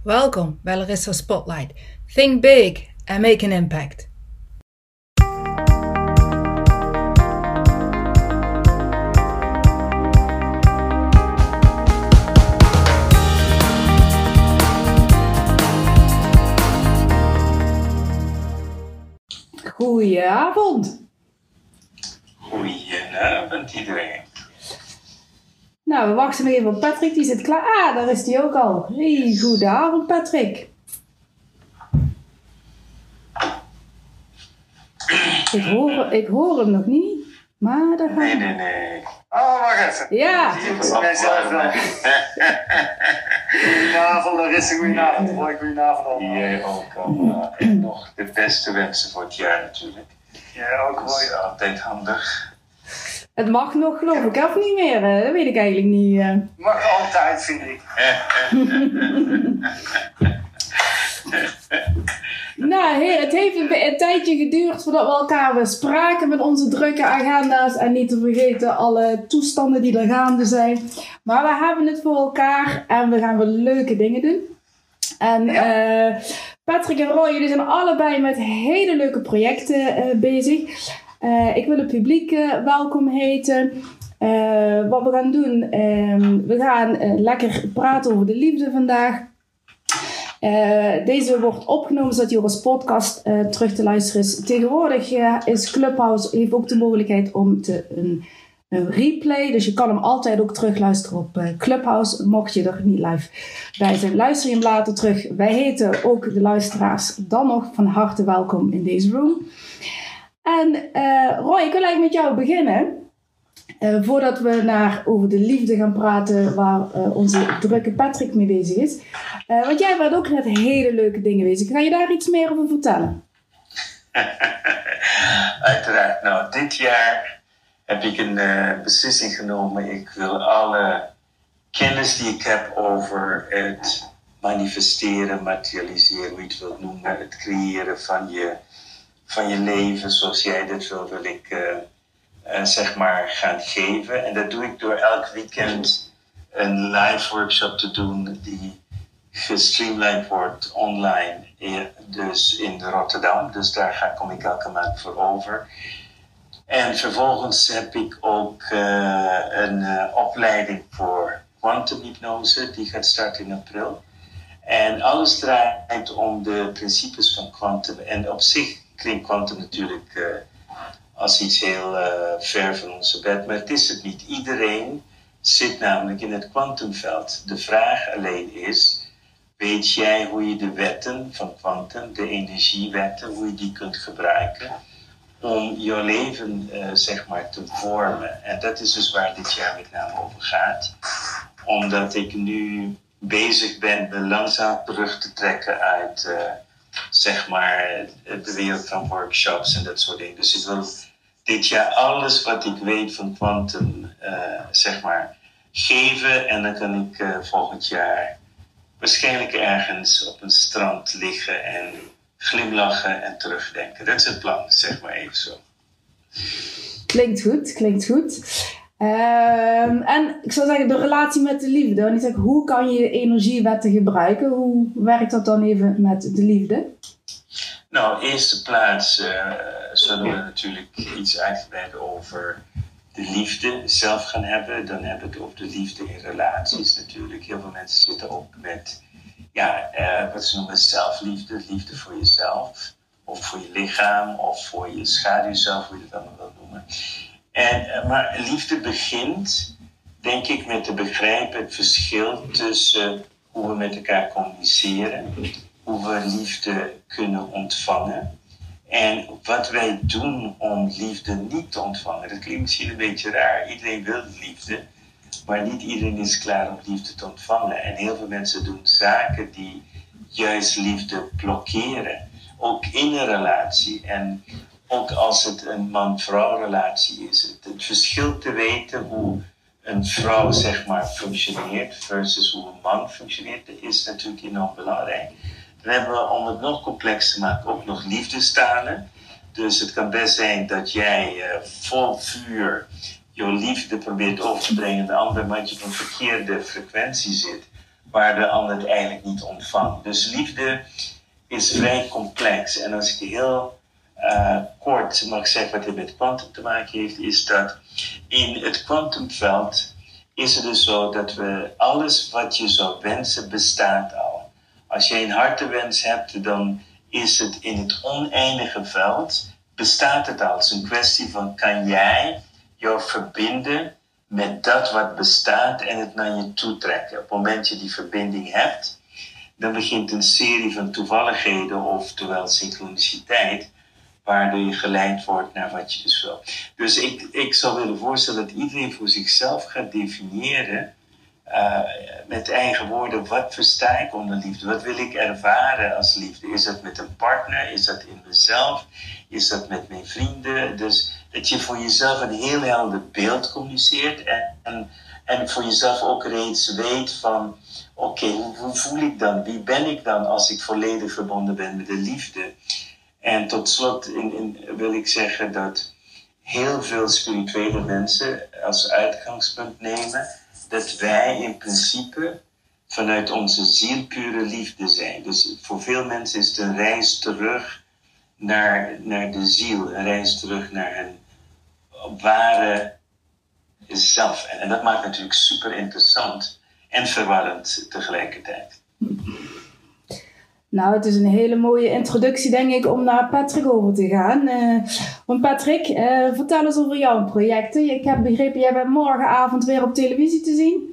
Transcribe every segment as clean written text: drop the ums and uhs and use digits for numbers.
Welkom bij Larissa Spotlight. Think big and make an impact. Goedenavond. Goedenavond iedereen. Nou, we wachten nog even op Patrick, die zit klaar. Ah, daar is die ook al. Hey, goedenavond Patrick. Ik hoor hem nog niet, maar daar gaan we. Nee. Oh, wacht even. Ja. Goedenavond Larissa, goedenavond. Hoi, goedenavond allemaal. Jij ook al. Nog de beste wensen voor het jaar natuurlijk. Ja, ook mooi. Dat is altijd handig. Het mag nog, geloof ik, of niet meer? Dat weet ik eigenlijk niet. Mag altijd, vind ik. Nou, heer, het heeft een tijdje geduurd voordat we elkaar weer spraken met onze drukke agenda's. En niet te vergeten alle toestanden die er gaande zijn. Maar we hebben het voor elkaar en we gaan weer leuke dingen doen. En Patrick en Roy, jullie zijn allebei met hele leuke projecten bezig. Ik wil het publiek welkom heten. Wat we gaan doen, we gaan lekker praten over de liefde vandaag. Deze wordt opgenomen zodat je ook als podcast terug te luisteren is. Tegenwoordig is Clubhouse heeft ook de mogelijkheid om een replay. Dus je kan hem altijd ook terugluisteren op Clubhouse. Mocht je er niet live bij zijn, luister je hem later terug. Wij heten ook de luisteraars dan nog van harte welkom in deze room. En Roy, ik wil eigenlijk met jou beginnen. Voordat we over de liefde gaan praten waar onze drukke Patrick mee bezig is. Want jij bent ook net hele leuke dingen bezig. Ga je daar iets meer over vertellen? Uiteraard. Nou, dit jaar heb ik een beslissing genomen. Ik wil alle kennis die ik heb over het manifesteren, materialiseren, hoe je het wilt noemen, het creëren van je leven zoals jij dat wil ik zeg maar gaan geven. En dat doe ik door elk weekend een live workshop te doen die gestreamlined wordt online, dus in Rotterdam. Dus daar kom ik elke maand voor over. En vervolgens heb ik ook een opleiding voor kwantumhypnose, die gaat starten in april. En alles draait om de principes van kwantum. En op zich klinkt kwantum natuurlijk als iets heel ver van onze bed, maar het is het niet. Iedereen zit namelijk in het kwantumveld. De vraag alleen is, weet jij hoe je de wetten van kwantum, de energiewetten, hoe je die kunt gebruiken om je leven zeg maar te vormen? En dat is dus waar dit jaar met name over gaat. Omdat ik nu bezig ben me langzaam terug te trekken uit zeg maar de wereld van workshops en dat soort dingen. Dus ik wil dit jaar alles wat ik weet van kwantum zeg maar geven. En dan kan ik volgend jaar waarschijnlijk ergens op een strand liggen en glimlachen en terugdenken. Dat is het plan, zeg maar even zo. Klinkt goed. En ik zou zeggen, de relatie met de liefde. Want ik zeg, hoe kan je energiewetten gebruiken? Hoe werkt dat dan even met de liefde? Nou, in eerste plaats zullen we natuurlijk iets uitgebreider over de liefde zelf gaan hebben. Dan hebben we het over de liefde in relaties natuurlijk. Heel veel mensen zitten ook met, wat ze noemen zelfliefde. Liefde voor jezelf, of voor je lichaam, of voor je schaduwzelf, hoe je het allemaal wil noemen. Maar liefde begint, denk ik, met te begrijpen het verschil tussen hoe we met elkaar communiceren, hoe we liefde kunnen ontvangen en wat wij doen om liefde niet te ontvangen. Dat klinkt misschien een beetje raar. Iedereen wil liefde, maar niet iedereen is klaar om liefde te ontvangen. En heel veel mensen doen zaken die juist liefde blokkeren, ook in een relatie. En ook als het een man-vrouw relatie is, het verschil te weten hoe een vrouw zeg maar functioneert versus hoe een man functioneert, is natuurlijk enorm belangrijk. Dan hebben we, om het nog complexer te maken, ook nog liefdestalen. Dus het kan best zijn dat jij vol vuur jouw liefde probeert over te brengen en de ander een beetje op een verkeerde frequentie zit. waar de ander het eigenlijk niet ontvangt. Dus liefde is vrij complex. En als ik heel kort mag zeggen wat het met kwantum te maken heeft, is dat in het kwantumveld is het dus zo dat we alles wat je zou wensen bestaat al. Als je een hartewens hebt, dan is het in het oneindige veld, bestaat het al. Het is een kwestie van, kan jij jou verbinden met dat wat bestaat en het naar je toe trekken. Op het moment dat je die verbinding hebt, dan begint een serie van toevalligheden, oftewel synchroniciteit, waardoor je geleid wordt naar wat je dus wil. Dus ik zou willen voorstellen dat iedereen voor zichzelf gaat definiëren, met eigen woorden, wat versta ik onder liefde? Wat wil ik ervaren als liefde? Is dat met een partner? Is dat in mezelf? Is dat met mijn vrienden? Dus dat je voor jezelf een heel helder beeld communiceert en voor jezelf ook reeds weet van, oké, hoe voel ik dan? Wie ben ik dan als ik volledig verbonden ben met de liefde? En tot slot wil ik zeggen dat heel veel spirituele mensen als uitgangspunt nemen dat wij in principe vanuit onze ziel pure liefde zijn. Dus voor veel mensen is het een reis terug naar de ziel, een reis terug naar hun ware zelf. En dat maakt natuurlijk super interessant en verwarrend tegelijkertijd. Nou, het is een hele mooie introductie, denk ik, om naar Patrick over te gaan. Want Patrick, vertel eens over jouw projecten. Ik heb begrepen, jij bent morgenavond weer op televisie te zien.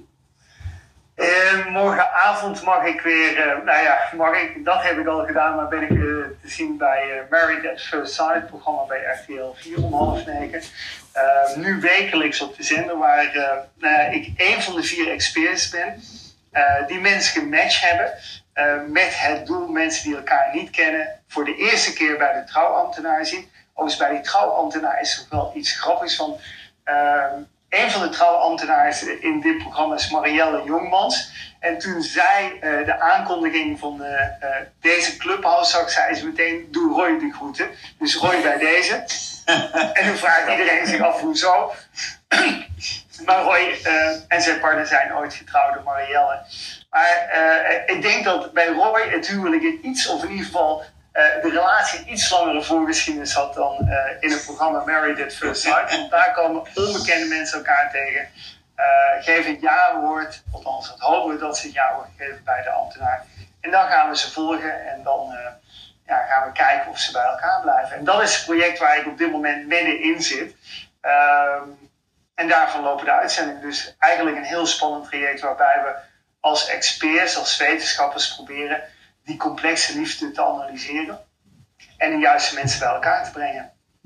Morgenavond mag ik weer, dat heb ik al gedaan, maar ben ik te zien bij Married at First Sight, het programma bij RTL 4 om 8:30. Nu wekelijks op de zender, waar ik een van de 4 experts ben, die mensen gematcht hebben. Met het doel mensen die elkaar niet kennen voor de eerste keer bij de trouwambtenaar zien. Overigens bij die trouwambtenaar is er wel iets grappigs van. Een van de trouwambtenaars in dit programma is Marielle Jongmans. En toen zij de aankondiging van deze Clubhouse zag, zei ze meteen, doe Roy de groeten. Dus Roy bij deze. En dan vraagt iedereen zich af, hoezo? Maar Roy en zijn partner zijn ooit getrouwd door Marielle. Maar ik denk dat bij Roy het huwelijk of in ieder geval de relatie een iets langere voorgeschiedenis had dan in het programma Married at First Sight. Want daar komen onbekende mensen elkaar tegen, geven het ja-woord, althans het hopen we dat ze het ja-woord geven bij de ambtenaar. En dan gaan we ze volgen en dan gaan we kijken of ze bij elkaar blijven. En dat is het project waar ik op dit moment middenin zit. En daarvan lopen de uitzendingen. Dus eigenlijk een heel spannend traject waarbij we als experts, als wetenschappers proberen die complexe liefde te analyseren en de juiste mensen bij elkaar te brengen.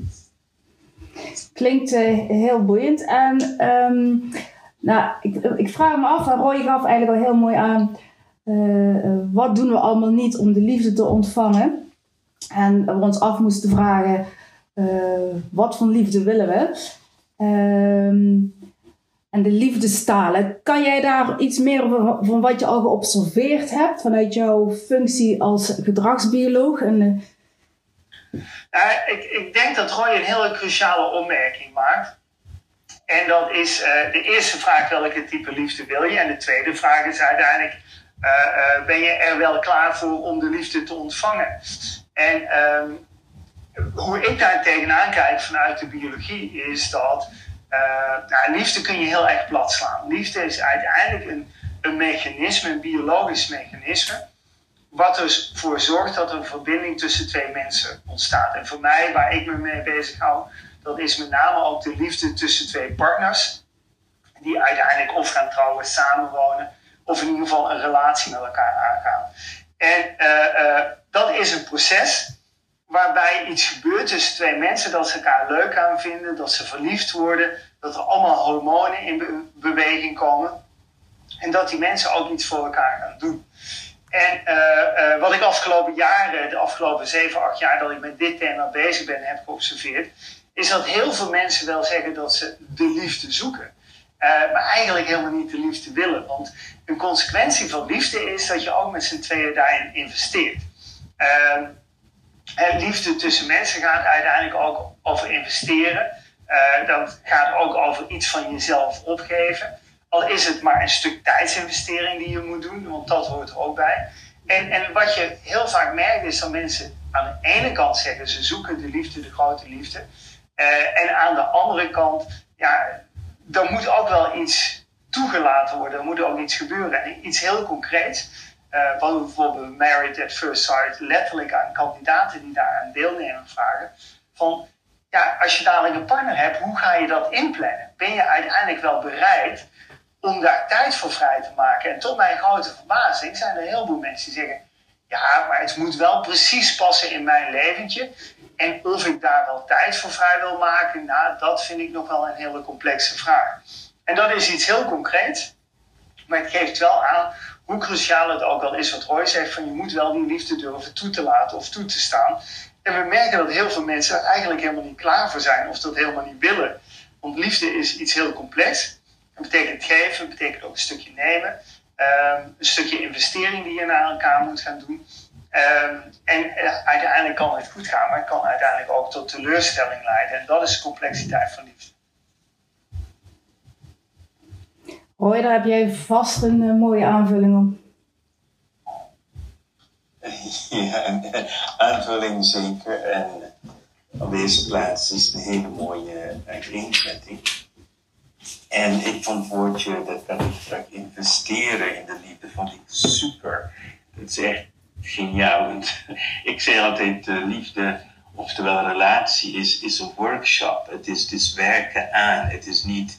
Klinkt heel boeiend. En ik vraag me af, en Roy gaf eigenlijk al heel mooi aan, wat doen we allemaal niet om de liefde te ontvangen? En we ons af moesten vragen, wat voor liefde willen we? En de liefdestalen. Kan jij daar iets meer over, van wat je al geobserveerd hebt vanuit jouw functie als gedragsbioloog? Ik denk dat Roy een hele cruciale opmerking maakt. En dat is de eerste vraag, welke type liefde wil je? En de tweede vraag is uiteindelijk, ben je er wel klaar voor om de liefde te ontvangen? En hoe ik daar tegenaan kijk vanuit de biologie is dat liefde kun je heel erg plat slaan. Liefde is uiteindelijk een mechanisme, een biologisch mechanisme, wat dus voor zorgt dat er een verbinding tussen 2 mensen ontstaat. En voor mij, waar ik me mee bezig hou, dat is met name ook de liefde tussen 2 partners, die uiteindelijk of gaan trouwen, samenwonen, of in ieder geval een relatie met elkaar aangaan. En dat is een proces waarbij iets gebeurt tussen 2 mensen, dat ze elkaar leuk gaan vinden, dat ze verliefd worden, dat er allemaal hormonen in beweging komen en dat die mensen ook iets voor elkaar gaan doen. En wat ik afgelopen jaren, de afgelopen 7, 8 jaar dat ik met dit thema bezig ben, heb geobserveerd, is dat heel veel mensen wel zeggen dat ze de liefde zoeken. Maar eigenlijk helemaal niet de liefde willen. Want een consequentie van liefde is dat je ook met z'n tweeën daarin investeert. Liefde tussen mensen gaat uiteindelijk ook over investeren. Dat gaat ook over iets van jezelf opgeven. Al is het maar een stuk tijdsinvestering die je moet doen, want dat hoort er ook bij. En wat je heel vaak merkt is dat mensen aan de ene kant zeggen ze zoeken de liefde, de grote liefde. En aan de andere kant, ja, er moet ook wel iets toegelaten worden, er moet ook iets gebeuren. En iets heel concreets, wat we bijvoorbeeld Married at First Sight letterlijk aan kandidaten die daar aan deelnemen vragen. Van, ja, als je dadelijk een partner hebt, hoe ga je dat inplannen? Ben je uiteindelijk wel bereid om daar tijd voor vrij te maken? En tot mijn grote verbazing zijn er heel veel mensen die zeggen, ja, maar het moet wel precies passen in mijn leventje. En of ik daar wel tijd voor vrij wil maken, nou, dat vind ik nog wel een hele complexe vraag. En dat is iets heel concreets, maar het geeft wel aan hoe cruciaal het ook al is wat Roy zegt, van je moet wel die liefde durven toe te laten of toe te staan. En we merken dat heel veel mensen er eigenlijk helemaal niet klaar voor zijn of dat helemaal niet willen. Want liefde is iets heel complex. Het betekent geven, het betekent ook een stukje nemen. Een stukje investering die je naar elkaar moet gaan doen. Uiteindelijk kan het goed gaan, maar het kan uiteindelijk ook tot teleurstelling leiden. En dat is de complexiteit van liefde. Roy, daar heb jij vast een mooie aanvulling op. Ja, een aanvulling zeker. En op deze plaats is het een hele mooie uiteenzetting. En ik vond het woordje dat investeren in de liefde vond ik super. Dat is echt geniaal. Want ik zeg altijd, liefde, oftewel relatie, is een workshop. Het is dus werken aan. Het is niet,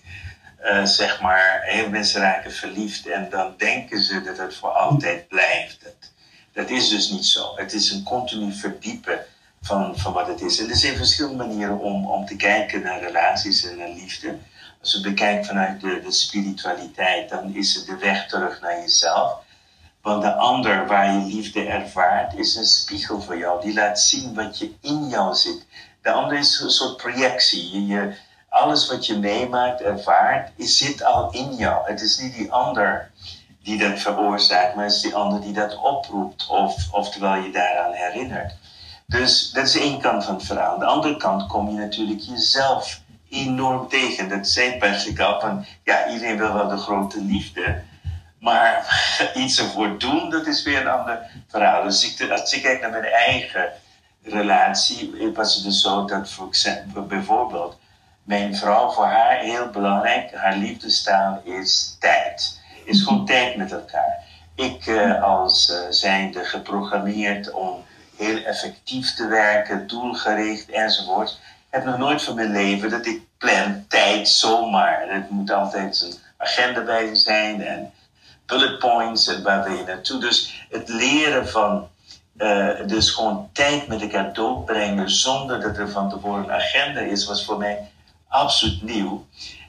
zeg maar, heel mensen raken verliefd en dan denken ze dat het voor altijd blijft. Dat is dus niet zo. Het is een continu verdiepen van wat het is. En er zijn verschillende manieren om te kijken naar relaties en naar liefde. Als je bekijkt vanuit de spiritualiteit, dan is het de weg terug naar jezelf. Want de ander waar je liefde ervaart, is een spiegel voor jou. Die laat zien wat je in jou zit. De ander is een soort projectie. Alles wat je meemaakt, ervaart, zit al in jou. Het is niet die ander die dat veroorzaakt, maar het is die ander die dat oproept. Oftewel je daaraan herinnert. Dus dat is één kant van het verhaal. Aan de andere kant kom je natuurlijk jezelf enorm tegen. Dat zei Patrick al, van ja, iedereen wil wel de grote liefde. Maar iets ervoor doen, dat is weer een ander verhaal. Dus als ik kijk naar mijn eigen relatie, was het dus zo dat bijvoorbeeld mijn vrouw, voor haar heel belangrijk, haar liefdestaal is tijd. Is gewoon tijd met elkaar. Ik als zijnde geprogrammeerd om heel effectief te werken, doelgericht enzovoort, heb nog nooit van mijn leven dat ik plan tijd zomaar. Er moet altijd een agenda bij zijn en bullet points en waar wil je naartoe. Dus het leren van dus gewoon tijd met elkaar doorbrengen zonder dat er van tevoren een agenda is, was voor mij absoluut nieuw.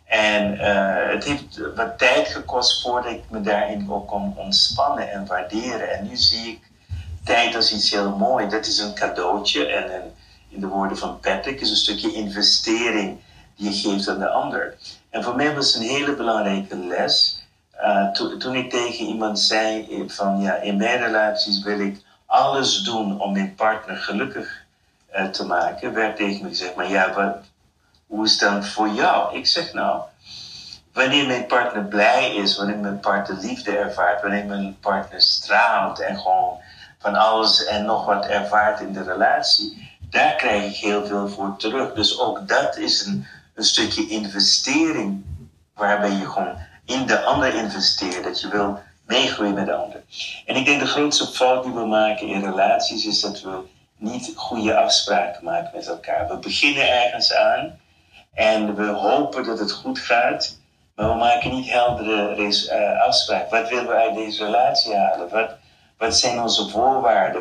En het heeft wat tijd gekost voordat ik me daarin ook kon ontspannen en waarderen. En nu zie ik tijd als iets heel moois. Dat is een cadeautje en in de woorden van Patrick is een stukje investering die je geeft aan de ander. En voor mij was het een hele belangrijke les. Toen ik tegen iemand zei van ja, in mijn relaties wil ik alles doen om mijn partner gelukkig te maken, werd tegen me gezegd, maar ja, hoe is het dan voor jou? Ik zeg nou, wanneer mijn partner blij is, wanneer mijn partner liefde ervaart, wanneer mijn partner straalt en gewoon van alles en nog wat ervaart in de relatie, daar krijg ik heel veel voor terug. Dus ook dat is een stukje investering waarbij je gewoon in de ander investeert, dat je wil meegroeien met de ander. En ik denk de grootste fout die we maken in relaties is dat we niet goede afspraken maken met elkaar. We beginnen ergens aan en we hopen dat het goed gaat, maar we maken niet heldere afspraken. Wat willen we uit deze relatie halen? Wat zijn onze voorwaarden?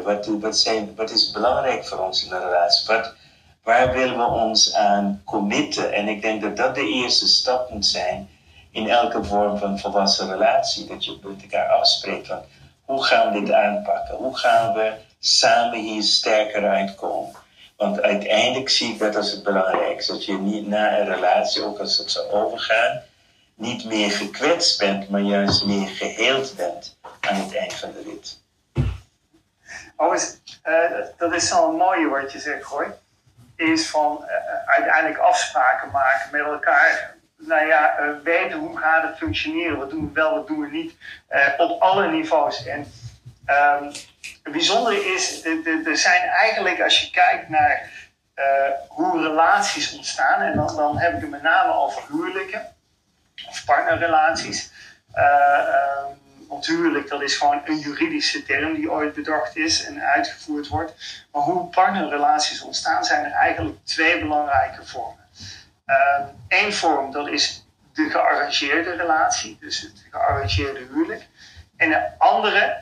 Wat is belangrijk voor ons in een relatie? Waar willen we ons aan committen? En ik denk dat dat de eerste stap moet zijn in elke vorm van volwassen relatie. Dat je met elkaar afspreekt van hoe gaan we dit aanpakken? Hoe gaan we samen hier sterker uitkomen? Want uiteindelijk zie ik dat als het belangrijkste. Dat je niet na een relatie, ook als het zou overgaan, niet meer gekwetst bent, maar juist meer geheeld bent aan het eind van de rit. Dat is zo'n mooie wat je zegt, Roy. Is van uiteindelijk afspraken maken met elkaar. weten hoe gaat het functioneren, wat doen we wel, wat doen we niet, op alle niveaus. En het bijzondere is, er zijn eigenlijk, als je kijkt naar hoe relaties ontstaan, en dan heb ik het met name over huwelijken of partnerrelaties. Want huwelijk, dat is gewoon een juridische term die ooit bedacht is en uitgevoerd wordt. Maar hoe partnerrelaties ontstaan, zijn er eigenlijk 2 belangrijke vormen. Eén vorm, dat is de gearrangeerde relatie, dus het gearrangeerde huwelijk. En de andere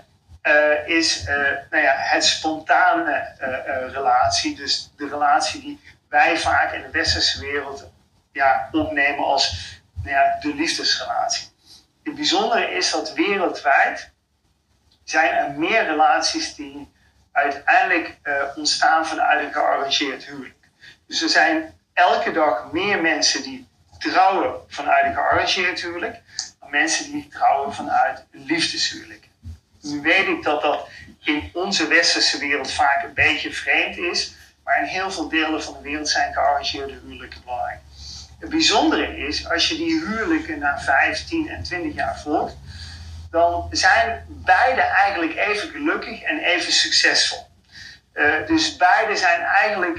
is het spontane relatie, dus de relatie die wij vaak in de westerse wereld opnemen als de liefdesrelatie. Het bijzondere is dat wereldwijd zijn er meer relaties die uiteindelijk ontstaan vanuit een gearrangeerd huwelijk. Dus er zijn elke dag meer mensen die trouwen vanuit een gearrangeerd huwelijk dan mensen die trouwen vanuit een liefdeshuwelijk. Nu weet ik dat dat in onze westerse wereld vaak een beetje vreemd is, maar in heel veel delen van de wereld zijn gearrangeerde huwelijken belangrijk. Het bijzondere is, als je die huwelijken na 5, 10 en 20 jaar volgt, dan zijn beide eigenlijk even gelukkig en even succesvol. Dus beide zijn eigenlijk,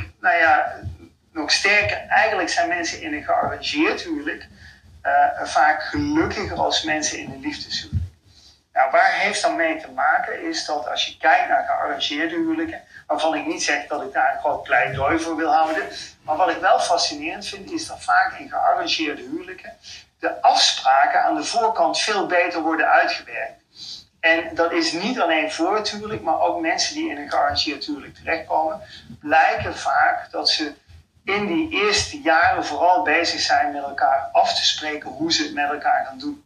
nog sterker, eigenlijk zijn mensen in een gearrangeerd huwelijk vaak gelukkiger als mensen in een liefdeshuwelijk. Nou, waar heeft dat mee te maken is dat als je kijkt naar gearrangeerde huwelijken, waarvan ik niet zeg dat ik daar een groot pleidooi voor wil houden, maar wat ik wel fascinerend vind is dat vaak in gearrangeerde huwelijken de afspraken aan de voorkant veel beter worden uitgewerkt. En dat is niet alleen voor het huwelijk, maar ook mensen die in een gearrangeerd huwelijk terechtkomen, blijken vaak dat ze in die eerste jaren vooral bezig zijn met elkaar af te spreken hoe ze het met elkaar gaan doen.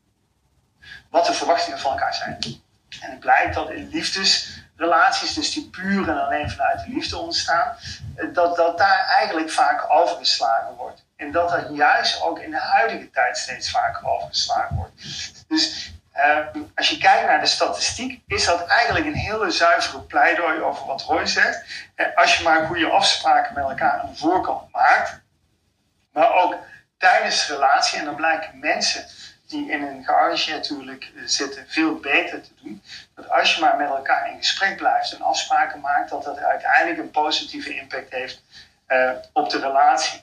Wat de verwachtingen van elkaar zijn. En het blijkt dat in liefdesrelaties, dus die puur en alleen vanuit de liefde ontstaan, dat daar eigenlijk vaak overgeslagen wordt. En dat dat juist ook in de huidige tijd steeds vaker overgeslagen wordt. Dus als je kijkt naar de statistiek, is dat eigenlijk een hele zuivere pleidooi over wat Roy zegt. Als je maar goede afspraken met elkaar aan de voorkant maakt, maar ook tijdens de relatie, en dan blijken mensen die in een gearrangeerd huwelijk zitten veel beter te doen. Dat als je maar met elkaar in gesprek blijft en afspraken maakt, dat dat uiteindelijk een positieve impact heeft op de relatie.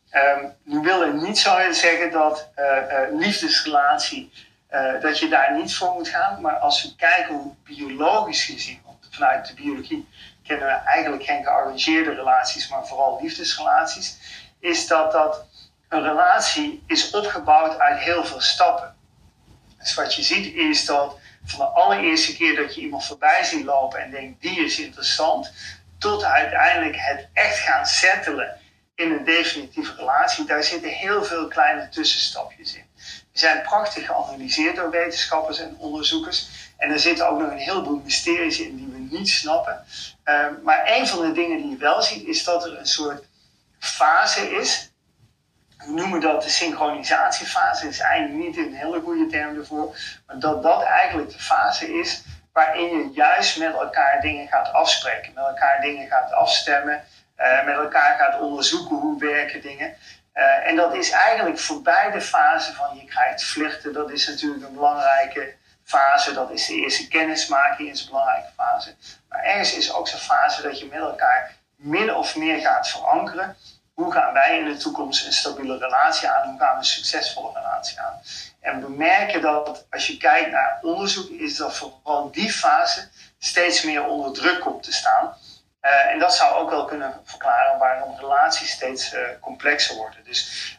Nu wil ik niet zo zeggen dat liefdesrelatie, dat je daar niet voor moet gaan. Maar als we kijken hoe biologisch gezien, want vanuit de biologie kennen we eigenlijk geen gearrangeerde relaties, maar vooral liefdesrelaties, is dat een relatie is opgebouwd uit heel veel stappen. Dus wat je ziet is dat van de allereerste keer dat je iemand voorbij ziet lopen en denkt die is interessant, tot uiteindelijk het echt gaan settelen in een definitieve relatie, daar zitten heel veel kleine tussenstapjes in. Die zijn prachtig geanalyseerd door wetenschappers en onderzoekers. En er zitten ook nog een heleboel mysteries in die we niet snappen. Maar een van de dingen die je wel ziet is dat er een soort fase is. We noemen dat de synchronisatiefase. Dat is eigenlijk niet een hele goede term ervoor. Maar dat eigenlijk de fase is waarin je juist met elkaar dingen gaat afspreken. Met elkaar dingen gaat afstemmen. Met elkaar gaat onderzoeken hoe werken dingen. En dat is eigenlijk voorbij de fase van je krijgt flirten. Dat is natuurlijk een belangrijke fase. Dat is de eerste kennismaking, is een belangrijke fase. Maar ergens is ook zo'n fase dat je met elkaar min of meer gaat verankeren. Hoe gaan wij in de toekomst een stabiele relatie aan? Hoe gaan we een succesvolle relatie aan? En we merken dat als je kijkt naar onderzoek, is dat vooral die fase steeds meer onder druk komt te staan. En dat zou ook wel kunnen verklaren waarom relaties steeds complexer worden. Dus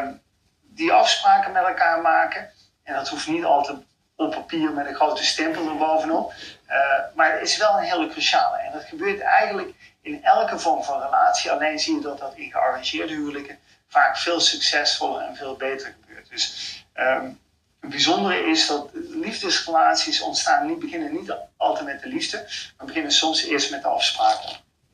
die afspraken met elkaar maken, en dat hoeft niet altijd op papier met een grote stempel erbovenop, maar het is wel een hele cruciale. En dat gebeurt eigenlijk in elke vorm van relatie, alleen zie je dat in gearrangeerde huwelijken vaak veel succesvoller en veel beter gebeurt. Dus het bijzondere is dat liefdesrelaties beginnen niet altijd met de liefde, maar beginnen soms eerst met de afspraken.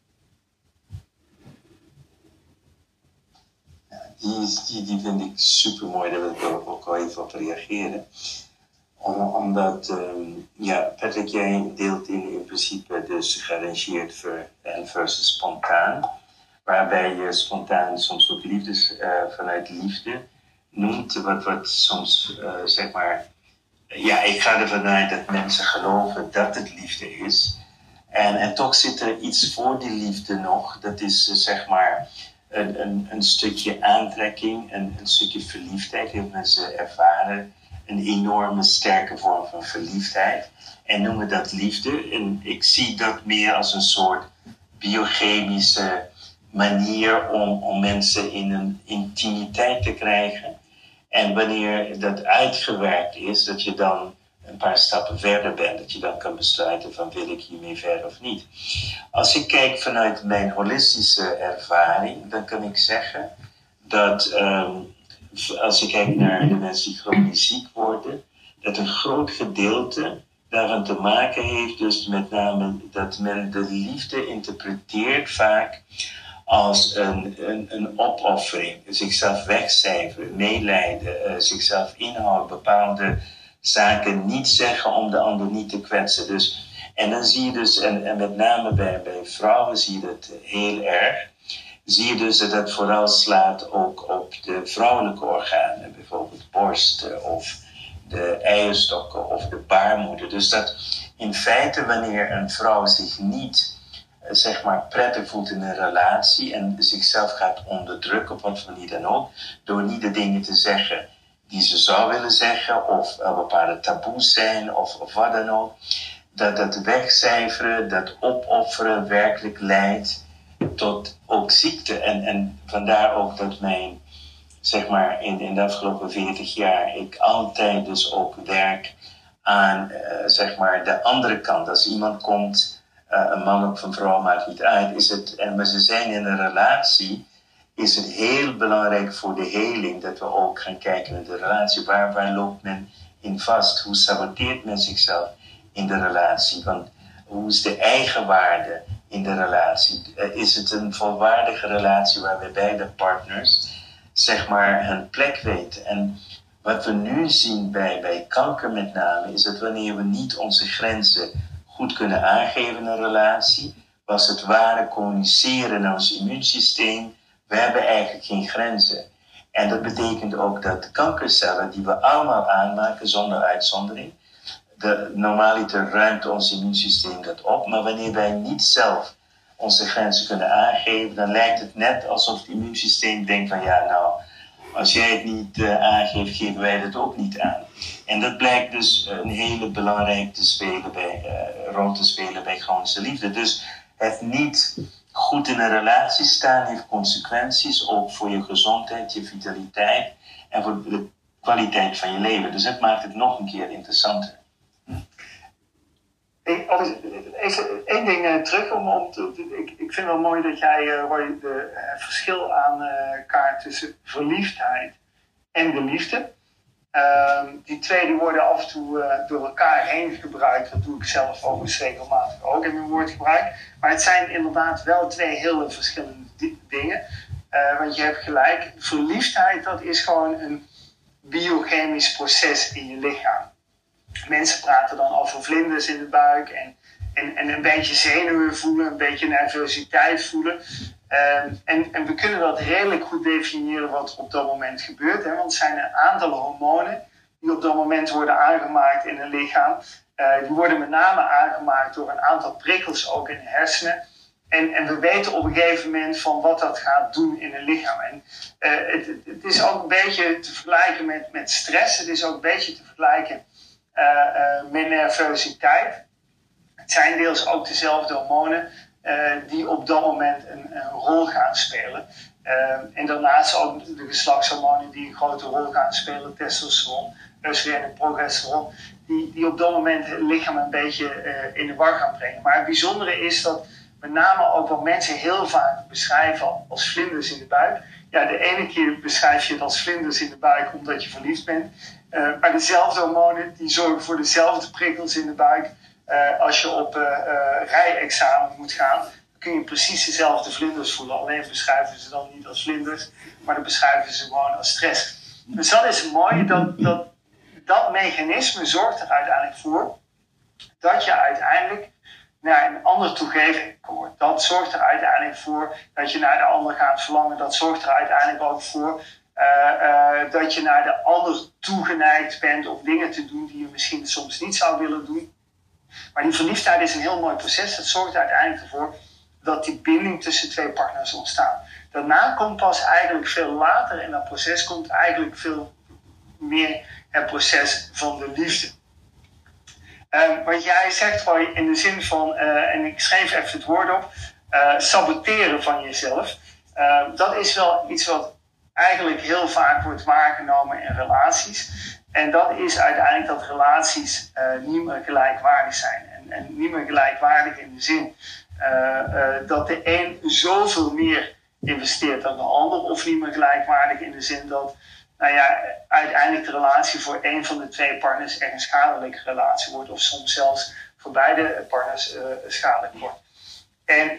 Ja, die vind ik super mooi, daar wil ik ook al even op reageren. Omdat, Patrick, jij deelt in principe dus gearrangeerd versus spontaan. Waarbij je spontaan soms ook vanuit liefde noemt, wat soms zeg maar, ja, ik ga ervan uit dat mensen geloven dat het liefde is. En toch zit er iets voor die liefde nog. Dat is zeg maar een stukje aantrekking, een stukje verliefdheid. Heel veel mensen ervaren een enorme sterke vorm van verliefdheid. En noemen dat liefde. En ik zie dat meer als een soort biochemische manier om mensen in een intimiteit te krijgen. En wanneer dat uitgewerkt is, dat je dan een paar stappen verder bent. Dat je dan kan besluiten van wil ik hiermee verder of niet. Als ik kijk vanuit mijn holistische ervaring, dan kan ik zeggen dat als je kijkt naar de mensen die chronisch ziek worden, dat een groot gedeelte daarvan te maken heeft dus met name dat men de liefde interpreteert vaak als een opoffering. Zichzelf wegcijferen, meelijden, zichzelf inhouden, bepaalde zaken niet zeggen om de ander niet te kwetsen. Dus, en dan zie je dus, en met name bij vrouwen zie je dat heel erg, zie je dus dat het vooral slaat ook op de vrouwelijke organen, bijvoorbeeld borst of de eierstokken of de baarmoeder. Dus dat in feite wanneer een vrouw zich niet zeg maar prettig voelt in een relatie en zichzelf gaat onderdrukken op wat voor manier dan ook, door niet de dingen te zeggen die ze zou willen zeggen of bepaalde taboes zijn of wat dan ook, dat wegcijferen, dat opofferen werkelijk leidt tot ook ziekte. En vandaar ook dat mijn, zeg maar, in de afgelopen 40 jaar ik altijd dus ook werk aan, zeg maar, de andere kant. Als iemand komt, een man of een vrouw, maakt niet uit, is het, maar ze zijn in een relatie, is het heel belangrijk voor de heling dat we ook gaan kijken naar de relatie. Waar loopt men in vast? Hoe saboteert men zichzelf in de relatie? Want hoe is de eigenwaarde in de relatie? Is het een volwaardige relatie waarbij beide partners zeg maar hun plek weten? En wat we nu zien bij kanker met name, is dat wanneer we niet onze grenzen goed kunnen aangeven in een relatie, was het ware communiceren naar ons immuunsysteem, we hebben eigenlijk geen grenzen. En dat betekent ook dat de kankercellen die we allemaal aanmaken zonder uitzondering, normaliter ruimt ons immuunsysteem dat op, maar wanneer wij niet zelf onze grenzen kunnen aangeven, dan lijkt het net alsof het immuunsysteem denkt van ja, nou, als jij het niet aangeeft, geven wij het ook niet aan. En dat blijkt dus een hele belangrijke rol te spelen bij chronische liefde. Dus het niet goed in een relatie staan heeft consequenties ook voor je gezondheid, je vitaliteit en voor de kwaliteit van je leven. Dus het maakt het nog een keer interessanter. Even één ding terug. Ik vind het wel mooi dat jij, Roy, het verschil aankaart tussen verliefdheid en de liefde. Die twee die worden af en toe door elkaar heen gebruikt. Dat doe ik zelf overigens regelmatig ook in mijn woordgebruik. Maar het zijn inderdaad wel twee hele verschillende dingen. Want je hebt gelijk, verliefdheid dat is gewoon een biochemisch proces in je lichaam. Mensen praten dan over vlinders in de buik en een beetje zenuwen voelen, een beetje nervositeit voelen. En we kunnen dat redelijk goed definiëren wat op dat moment gebeurt. Hè? Want het zijn een aantal hormonen die op dat moment worden aangemaakt in een lichaam. Die worden met name aangemaakt door een aantal prikkels ook in de hersenen. En we weten op een gegeven moment van wat dat gaat doen in een lichaam. En het is ook een beetje te vergelijken met stress. Het is ook een beetje te vergelijken met nervositeit. Het zijn deels ook dezelfde hormonen die op dat moment een rol gaan spelen. En daarnaast ook de geslachtshormonen die een grote rol gaan spelen. Testosteron, oestrogeen en progesteron. Die op dat moment het lichaam een beetje in de war gaan brengen. Maar het bijzondere is dat met name ook wat mensen heel vaak beschrijven als vlinders in de buik. Ja, de ene keer beschrijf je het als vlinders in de buik omdat je verliefd bent. Maar dezelfde hormonen die zorgen voor dezelfde prikkels in de buik. Als je op rijexamen moet gaan, kun je precies dezelfde vlinders voelen. Alleen beschrijven ze dan niet als vlinders, maar dan beschrijven ze gewoon als stress. Dus dat is mooi, dat mechanisme zorgt er uiteindelijk voor dat je uiteindelijk naar een ander toegeving wordt. Dat zorgt er uiteindelijk voor dat je naar de ander gaat verlangen. Dat zorgt er uiteindelijk ook voor Dat je naar de ander toegeneigd bent om dingen te doen die je misschien soms niet zou willen doen. Maar die verliefdheid is een heel mooi proces. Het zorgt uiteindelijk ervoor dat die binding tussen twee partners ontstaat. Daarna komt pas eigenlijk veel later in dat proces komt eigenlijk veel meer het proces van de liefde. Wat jij zegt, Roy, in de zin van, en ik schreef even het woord op, saboteren van jezelf. Dat is wel iets wat eigenlijk heel vaak wordt waargenomen in relaties. En dat is uiteindelijk dat relaties niet meer gelijkwaardig zijn. En niet meer gelijkwaardig in de zin dat de een zoveel meer investeert dan de ander. Of niet meer gelijkwaardig in de zin dat uiteindelijk de relatie voor één van de twee partners echt een schadelijke relatie wordt. Of soms zelfs voor beide partners schadelijk wordt. En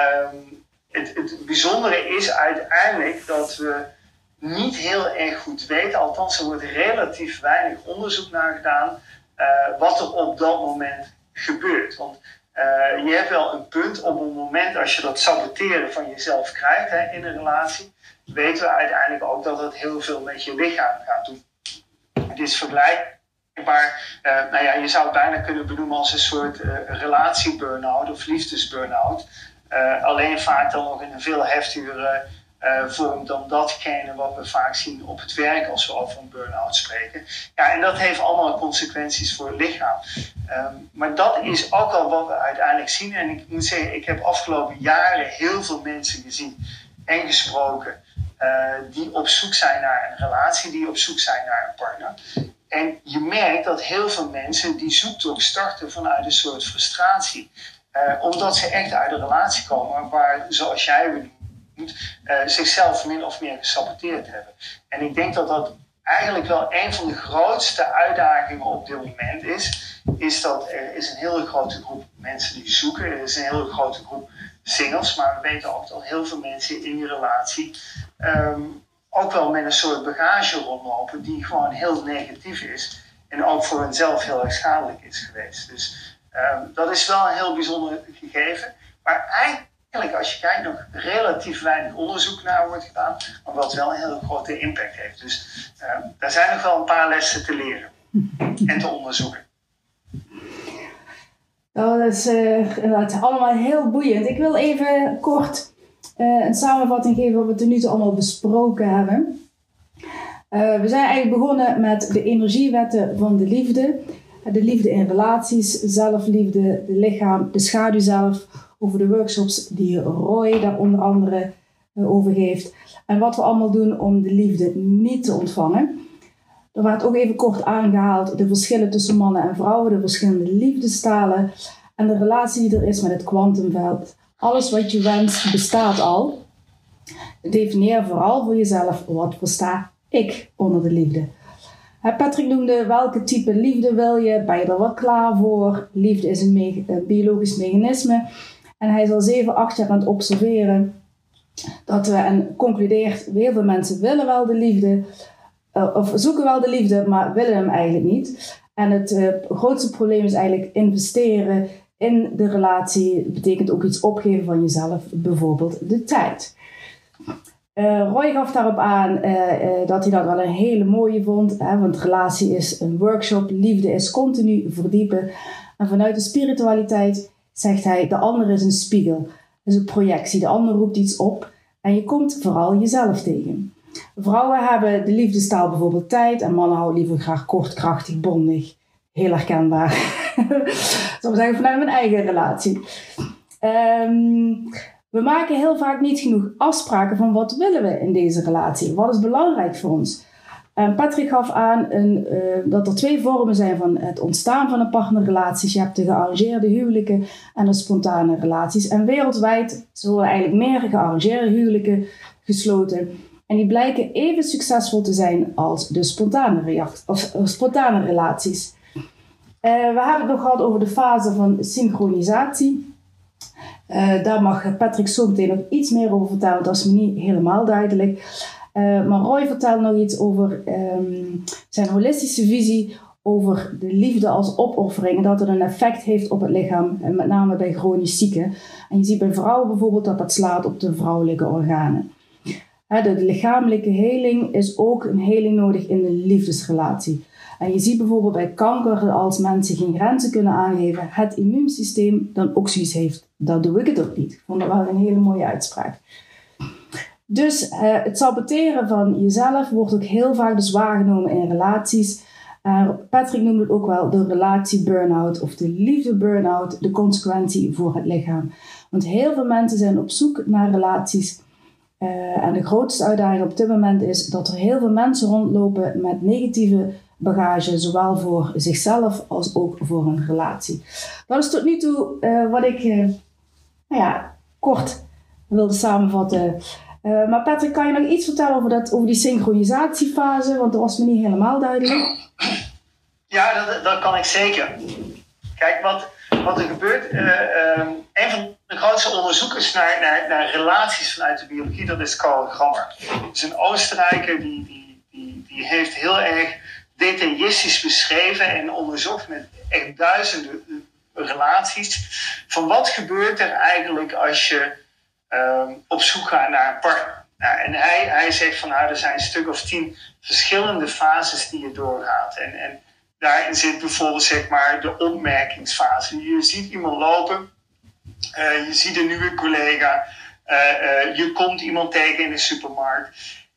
het bijzondere is uiteindelijk dat we niet heel erg goed weten, althans er wordt relatief weinig onderzoek naar gedaan, wat er op dat moment gebeurt. Want je hebt wel een punt op het moment als je dat saboteren van jezelf krijgt in een relatie, weten we uiteindelijk ook dat het heel veel met je lichaam gaat doen. Het is vergelijkbaar, je zou het bijna kunnen benoemen als een soort relatie-burn-out of liefdes-burn-out. Alleen vaak dan nog in een veel heftigere vorm dan datgene wat we vaak zien op het werk als we over een burn-out spreken. Ja, en dat heeft allemaal consequenties voor het lichaam. Maar dat is ook al wat we uiteindelijk zien. En ik moet zeggen, ik heb afgelopen jaren heel veel mensen gezien en gesproken die op zoek zijn naar een relatie, die op zoek zijn naar een partner. En je merkt dat heel veel mensen die zoektocht starten vanuit een soort frustratie. Omdat ze echt uit een relatie komen waar, zoals jij benoemt, zichzelf min of meer gesaboteerd hebben. En ik denk dat dat eigenlijk wel een van de grootste uitdagingen op dit moment is dat er is een hele grote groep mensen die zoeken. Er is een hele grote groep singles, maar we weten ook dat heel veel mensen in die relatie ook wel met een soort bagage rondlopen die gewoon heel negatief is en ook voor henzelf heel erg schadelijk is geweest. Dus dat is wel een heel bijzonder gegeven. Maar eigenlijk, als je kijkt, nog relatief weinig onderzoek naar wordt gedaan, maar wat wel een hele grote impact heeft. Dus daar zijn nog wel een paar lessen te leren en te onderzoeken. Nou, dat is inderdaad allemaal heel boeiend. Ik wil even kort een samenvatting geven wat we tot nu toe allemaal besproken hebben. We zijn eigenlijk begonnen met de energiewetten van de liefde. De liefde in relaties, zelfliefde, de lichaam, de schaduw zelf. Over de workshops die Roy daar onder andere over geeft. En wat we allemaal doen om de liefde niet te ontvangen. Er werd ook even kort aangehaald de verschillen tussen mannen en vrouwen. De verschillende liefdestalen. En de relatie die er is met het kwantumveld. Alles wat je wenst bestaat al. Definieer vooral voor jezelf wat versta ik onder de liefde. Patrick noemde welke type liefde wil je. Ben je er wel klaar voor? Liefde is een biologisch mechanisme. En hij is al 7-8 jaar aan het observeren en concludeert, heel veel mensen willen wel de liefde, of zoeken wel de liefde, maar willen hem eigenlijk niet. En het grootste probleem is eigenlijk investeren in de relatie. Dat betekent ook iets opgeven van jezelf, bijvoorbeeld de tijd. Roy gaf daarop aan dat hij dat wel een hele mooie vond, want relatie is een workshop, liefde is continu verdiepen. En vanuit de spiritualiteit zegt hij, de ander is een spiegel, is een projectie. De ander roept iets op en je komt vooral jezelf tegen. Vrouwen hebben de liefdestaal bijvoorbeeld tijd en mannen houden liever graag kort, krachtig, bondig. Heel herkenbaar. Zou ik zeggen, vanuit mijn eigen relatie. We maken heel vaak niet genoeg afspraken van wat willen we in deze relatie. Wat is belangrijk voor ons? Patrick gaf aan dat er 2 vormen zijn van het ontstaan van een partnerrelaties. Je hebt de gearrangeerde huwelijken en de spontane relaties. En wereldwijd worden eigenlijk meer gearrangeerde huwelijken gesloten. En die blijken even succesvol te zijn als de spontane relaties. We hebben het nog gehad over de fase van synchronisatie. Daar mag Patrick zo meteen nog iets meer over vertellen, want dat is me niet helemaal duidelijk. Maar Roy vertelt nog iets over zijn holistische visie over de liefde als opoffering. En dat het een effect heeft op het lichaam, en met name bij chronisch zieken. En je ziet bij vrouwen bijvoorbeeld dat slaat op de vrouwelijke organen. De lichamelijke heling is ook een heling nodig in de liefdesrelatie. En je ziet bijvoorbeeld bij kanker, als mensen geen grenzen kunnen aangeven, het immuunsysteem dan ook zoiets heeft. Dan doe ik het ook niet. Ik vond dat wel een hele mooie uitspraak. Dus het saboteren van jezelf wordt ook heel vaak dus waargenomen in relaties. Patrick noemde het ook wel de relatie burn-out of de liefde burn-out, de consequentie voor het lichaam. Want heel veel mensen zijn op zoek naar relaties. En de grootste uitdaging op dit moment is dat er heel veel mensen rondlopen met negatieve bagage, zowel voor zichzelf als ook voor een relatie. Dat is tot nu toe wat ik kort wilde samenvatten. Maar Patrick, kan je nog iets vertellen over die synchronisatiefase? Want dat was me niet helemaal duidelijk. Ja, dat kan ik zeker. Kijk, wat er gebeurt. Een van de grootste onderzoekers naar relaties vanuit de biologie, dat is Karl Grammer. Dat is een Oostenrijker die heeft heel erg detailistisch beschreven en onderzocht met echt duizenden relaties. Van wat gebeurt er eigenlijk als je op zoek gaat naar een partner. Nou, en hij zegt van er zijn een stuk of 10 verschillende fases die je doorgaat. En daarin zit bijvoorbeeld zeg maar de opmerkingsfase. Je ziet iemand lopen, je ziet een nieuwe collega, je komt iemand tegen in de supermarkt.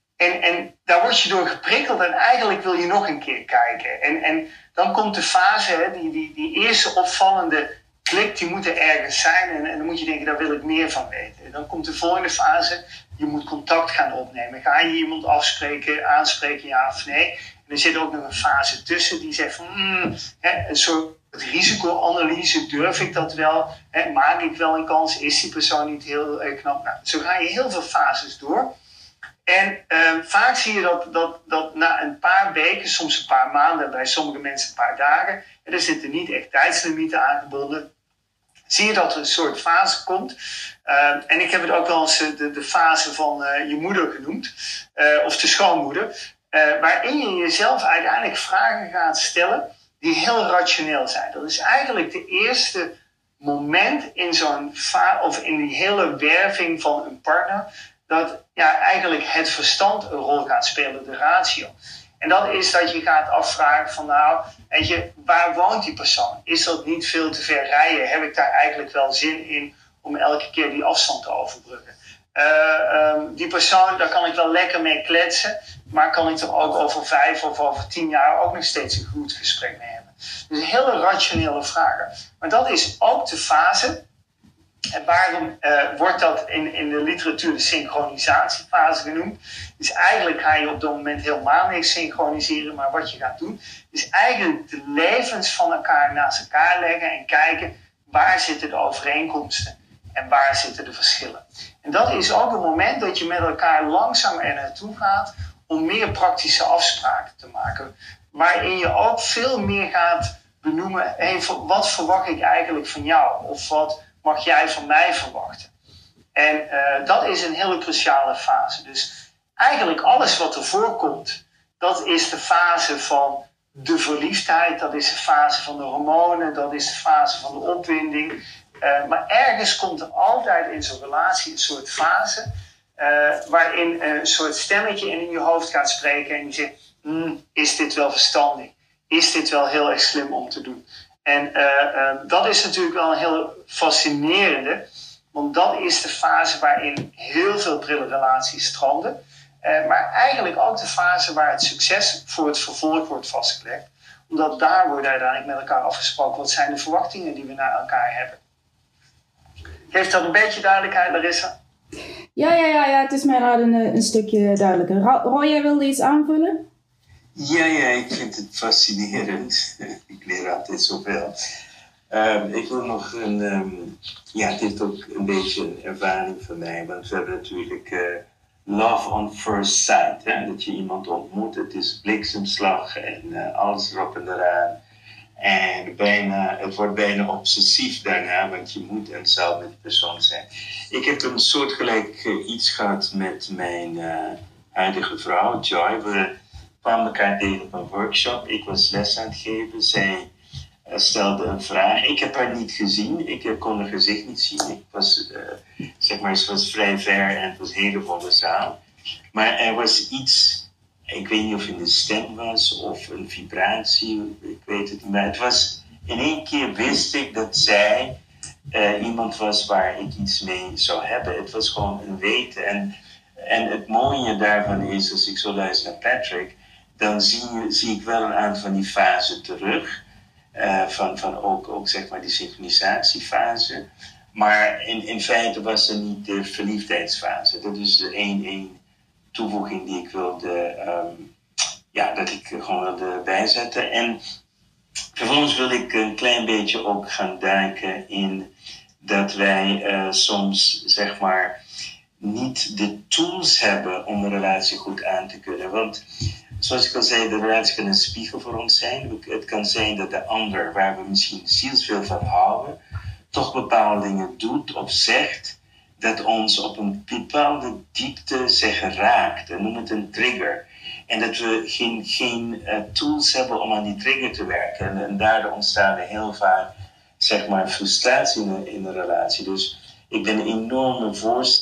En daar word je door geprikkeld en eigenlijk wil je nog een keer kijken. En dan komt de fase, die eerste opvallende klik, die moet er ergens zijn en dan moet je denken, daar wil ik meer van weten. Dan komt de volgende fase, je moet contact gaan opnemen. Ga je iemand aanspreken, ja of nee? En er zit ook nog een fase tussen die zegt van, een soort risicoanalyse, durf ik dat wel? Maak ik wel een kans? Is die persoon niet heel knap? Nou, zo ga je heel veel fases door. En vaak zie je dat na een paar weken, soms een paar maanden, bij sommige mensen een paar dagen, en er zitten niet echt tijdslimieten aangebonden, zie je dat er een soort fase komt. En ik heb het ook wel eens de fase van je moeder genoemd, of de schoonmoeder, waarin je jezelf uiteindelijk vragen gaat stellen die heel rationeel zijn. Dat is eigenlijk de eerste moment in of in die hele werving van een partner, dat eigenlijk het verstand een rol gaat spelen, de ratio. En dat is dat je gaat afvragen van weet je, waar woont die persoon? Is dat niet veel te ver rijden? Heb ik daar eigenlijk wel zin in om elke keer die afstand te overbruggen? Die persoon, daar kan ik wel lekker mee kletsen, maar kan ik er ook over 5 of over 10 jaar ook nog steeds een goed gesprek mee hebben? Dus hele rationele vragen. Maar dat is ook de fase. En waarom wordt dat in de literatuur de synchronisatiefase genoemd? Dus eigenlijk ga je op dat moment helemaal niks synchroniseren. Maar wat je gaat doen, is eigenlijk de levens van elkaar naast elkaar leggen en kijken waar zitten de overeenkomsten en waar zitten de verschillen. En dat is ook een moment dat je met elkaar langzaam er naartoe gaat om meer praktische afspraken te maken. Waarin je ook veel meer gaat benoemen, wat verwacht ik eigenlijk van jou? Of wat mag jij van mij verwachten? En dat is een hele cruciale fase. Dus eigenlijk alles wat er voorkomt, dat is de fase van de verliefdheid, dat is de fase van de hormonen, dat is de fase van de opwinding. Maar ergens komt er altijd in zo'n relatie een soort fase waarin een soort stemmetje in je hoofd gaat spreken en je zegt, is dit wel verstandig? Is dit wel heel erg slim om te doen? En dat is natuurlijk wel een heel fascinerende, want dat is de fase waarin heel veel prille relaties stranden. Maar eigenlijk ook de fase waar het succes voor het vervolg wordt vastgelegd. Omdat daar wordt uiteindelijk met elkaar afgesproken, wat zijn de verwachtingen die we naar elkaar hebben. Geeft dat een beetje duidelijkheid, Larissa? Ja, het is mij een stukje duidelijker. Roy, jij wilde iets aanvullen? Ja, ik vind het fascinerend. Ik leer altijd zoveel. Ik wil nog het heeft ook een beetje een ervaring van mij. Want we hebben natuurlijk love on first sight. Hè? Dat je iemand ontmoet, het is bliksemslag en alles erop en eraan. En het wordt bijna obsessief daarna, want je moet en zou met die persoon zijn. Ik heb een soortgelijk iets gehad met mijn huidige vrouw, Joy. We kwamen elkaar tegen op een workshop. Ik was les aan het geven. Zij stelde een vraag. Ik heb haar niet gezien. Ik kon haar gezicht niet zien. Ik was, ze was vrij ver en het was een hele volle zaal. Maar er was iets, ik weet niet of het in de stem was of een vibratie, ik weet het niet. Maar het was, in één keer wist ik dat zij iemand was waar ik iets mee zou hebben. Het was gewoon een weten. En het mooie daarvan is, als ik zo luister naar Patrick, dan zie ik wel een aantal van die fasen terug. Van ook zeg maar die synchronisatiefase. Maar in feite was er niet de verliefdheidsfase. Dat is de één toevoeging die ik wilde, dat ik gewoon wilde bijzetten. En vervolgens wil ik een klein beetje ook gaan duiken in dat wij soms zeg maar niet de tools hebben om een relatie goed aan te kunnen. Want zoals ik al zei, de relatie kan een spiegel voor ons zijn. Het kan zijn dat de ander, waar we misschien zielsveel van houden, toch bepaalde dingen doet of zegt dat ons op een bepaalde diepte raakt. En noem het een trigger. En dat we geen tools hebben om aan die trigger te werken. En daardoor ontstaat er heel vaak zeg maar frustratie in een relatie. Dus ik ben een enorme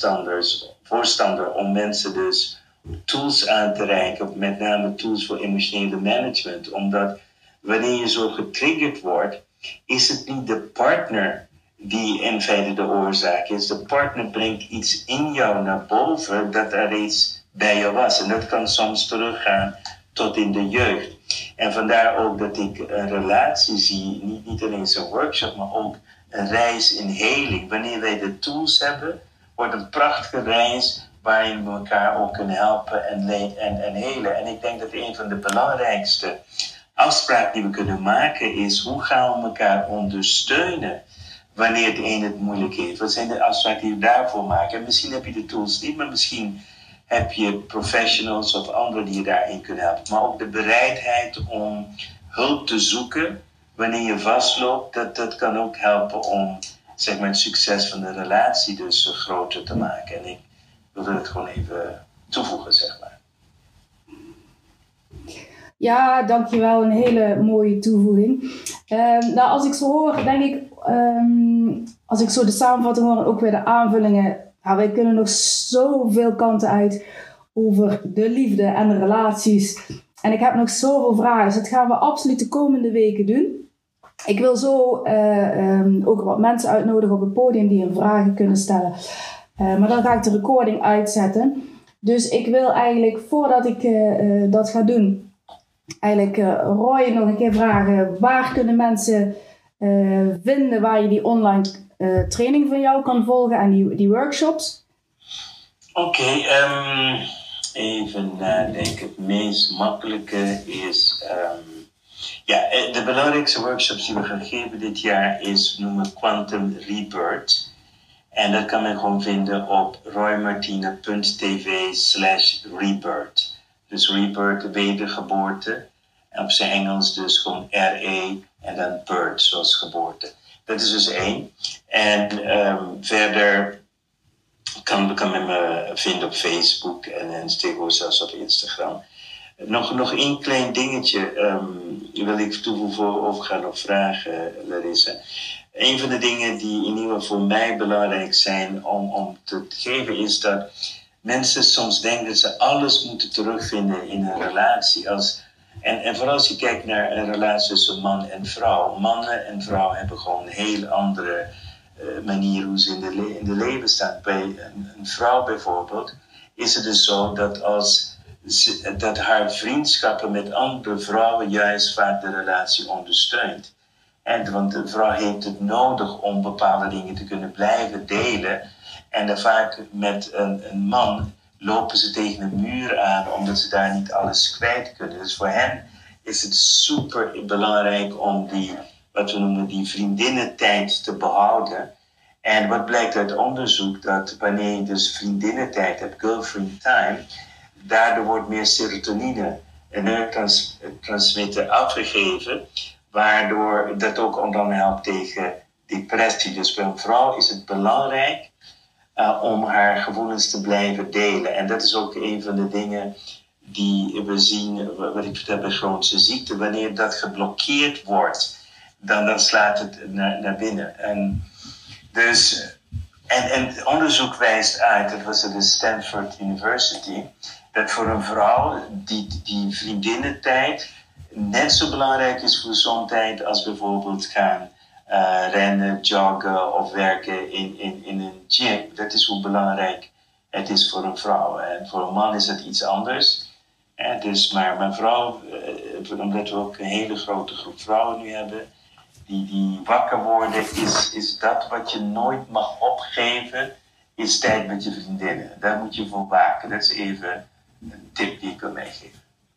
voorstander om mensen dus tools aan te reiken, met name tools voor emotionele management. Omdat wanneer je zo getriggerd wordt, is het niet de partner die in feite de oorzaak is. De partner brengt iets in jou naar boven dat er reeds bij jou was. En dat kan soms teruggaan tot in de jeugd. En vandaar ook dat ik een relatie zie, niet alleen zo'n workshop, maar ook een reis in heling. Wanneer wij de tools hebben, wordt een prachtige reis waarin we elkaar ook kunnen helpen en helen. En ik denk dat een van de belangrijkste afspraken die we kunnen maken is, hoe gaan we elkaar ondersteunen wanneer de een het moeilijk heeft? Wat zijn de afspraken die we daarvoor maken? En misschien heb je de tools niet, maar misschien heb je professionals of anderen die je daarin kunnen helpen. Maar ook de bereidheid om hulp te zoeken wanneer je vastloopt, dat kan ook helpen om zeg maar, het succes van de relatie dus groter te maken. En ik wilde het gewoon even toevoegen, zeg maar. Ja, dankjewel. Een hele mooie toevoeging. Als ik zo hoor, denk ik, als ik zo de samenvatting hoor en ook weer de aanvullingen, wij kunnen nog zoveel kanten uit over de liefde en de relaties. En ik heb nog zoveel vragen, dus dat gaan we absoluut de komende weken doen. Ik wil zo ook wat mensen uitnodigen op het podium die hun vragen kunnen stellen. Maar dan ga ik de recording uitzetten. Dus ik wil eigenlijk, voordat ik dat ga doen, eigenlijk Roy nog een keer vragen. Waar kunnen mensen vinden waar je die online training van jou kan volgen en die workshops? Oké, even nadenken. Het meest makkelijke is... de belangrijkste workshops die we gaan geven dit jaar noemen Quantum Rebirth. En dat kan men gewoon vinden op roymartina.tv/rebirth. Dus rebirth, wedergeboorte. En op zijn Engels dus gewoon R-E en dan birth, zoals geboorte. Dat is dus 1. En verder kan men me vinden op Facebook en tegenwoordig zelfs op Instagram. Nog één klein dingetje wil ik toevoegen voor overgaan op vragen, Larissa. Een van de dingen die in ieder geval voor mij belangrijk zijn om te geven is dat mensen soms denken dat ze alles moeten terugvinden in een relatie. En vooral als je kijkt naar een relatie tussen man en vrouw. Mannen en vrouwen hebben gewoon een heel andere manier hoe ze in de leven staan. Bij een vrouw bijvoorbeeld is het dus zo dat haar vriendschappen met andere vrouwen juist vaak de relatie ondersteunt. Want de vrouw heeft het nodig om bepaalde dingen te kunnen blijven delen. En vaak met een man lopen ze tegen een muur aan omdat ze daar niet alles kwijt kunnen. Dus voor hen is het super belangrijk om wat we noemen die vriendinnentijd te behouden. En wat blijkt uit onderzoek, dat wanneer je dus vriendinnentijd hebt, girlfriend time, daardoor wordt meer serotonine, een neurotransmitter, afgegeven, waardoor dat ook dan helpt tegen depressie. Dus bij een vrouw is het belangrijk om haar gevoelens te blijven delen. En dat is ook een van de dingen die we zien, wat ik vertel bij chronische ziekte. Wanneer dat geblokkeerd wordt, dan slaat het naar binnen. En het onderzoek wijst uit, dat was de Stanford University, dat voor een vrouw die vriendinnentijd net zo belangrijk is voor gezondheid als bijvoorbeeld gaan rennen, joggen of werken in een gym. Dat is hoe belangrijk het is voor een vrouw. En voor een man is het iets anders. Dus, maar mijn vrouw, omdat we ook een hele grote groep vrouwen nu hebben, die wakker worden, is dat wat je nooit mag opgeven, is tijd met je vriendinnen. Daar moet je voor waken. Dat is even een tip die ik wil meegeven.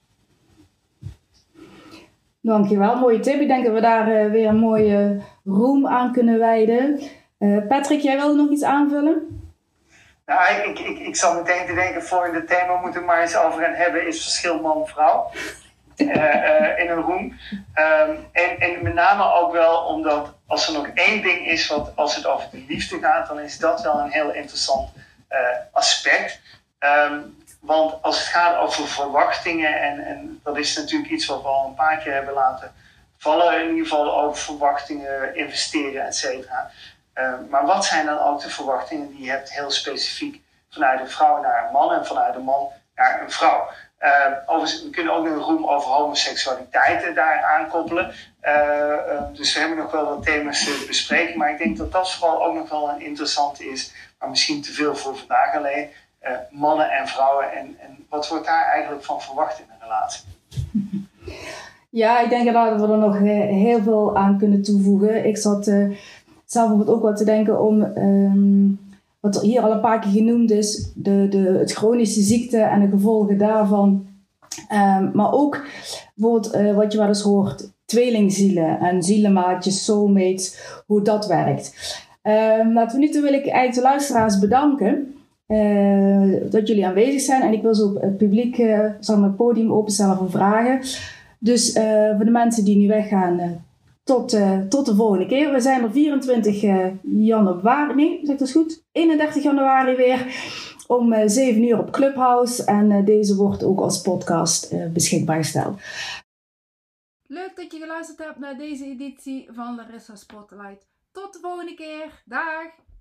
Dankjewel, mooie tip. Ik denk dat we daar weer een mooie room aan kunnen wijden. Patrick, jij wilde nog iets aanvullen? Nou, ik zal meteen te denken, voor in het thema moeten we maar eens over gaan hebben, is verschil man-vrouw in een room. En met name ook wel omdat als er nog één ding is, als het over de liefde gaat, dan is dat wel een heel interessant aspect. Want als het gaat over verwachtingen, en dat is natuurlijk iets wat we al een paar keer hebben laten vallen, in ieder geval over verwachtingen, investeren, et cetera. Maar wat zijn dan ook de verwachtingen die je hebt heel specifiek vanuit een vrouw naar een man en vanuit een man naar een vrouw? We kunnen ook een room over homoseksualiteit daar aankoppelen. Dus we hebben nog wel wat thema's te bespreken. Maar ik denk dat dat vooral ook nog wel een interessante is. Maar misschien te veel voor vandaag alleen. Mannen en vrouwen. En wat wordt daar eigenlijk van verwacht in een relatie? Ja, ik denk dat we er nog heel veel aan kunnen toevoegen. Ik zat zelf ook wat te denken om wat hier al een paar keer genoemd is, het chronische ziekte en de gevolgen daarvan. Maar ook bijvoorbeeld wat je wel eens hoort, tweelingzielen en zielenmaatjes, soulmates, hoe dat werkt. Voor nu toe wil ik eigenlijk de luisteraars bedanken dat jullie aanwezig zijn. En ik wil zo op het publiek zal mijn podium openstellen voor vragen. Dus voor de mensen die nu weggaan, tot de volgende keer. We zijn er 24 januari, nee, zeg dat goed? 31 januari weer om 7 uur op Clubhouse. En deze wordt ook als podcast beschikbaar gesteld. Leuk dat je geluisterd hebt naar deze editie van Larissa Spotlight. Tot de volgende keer. Dag!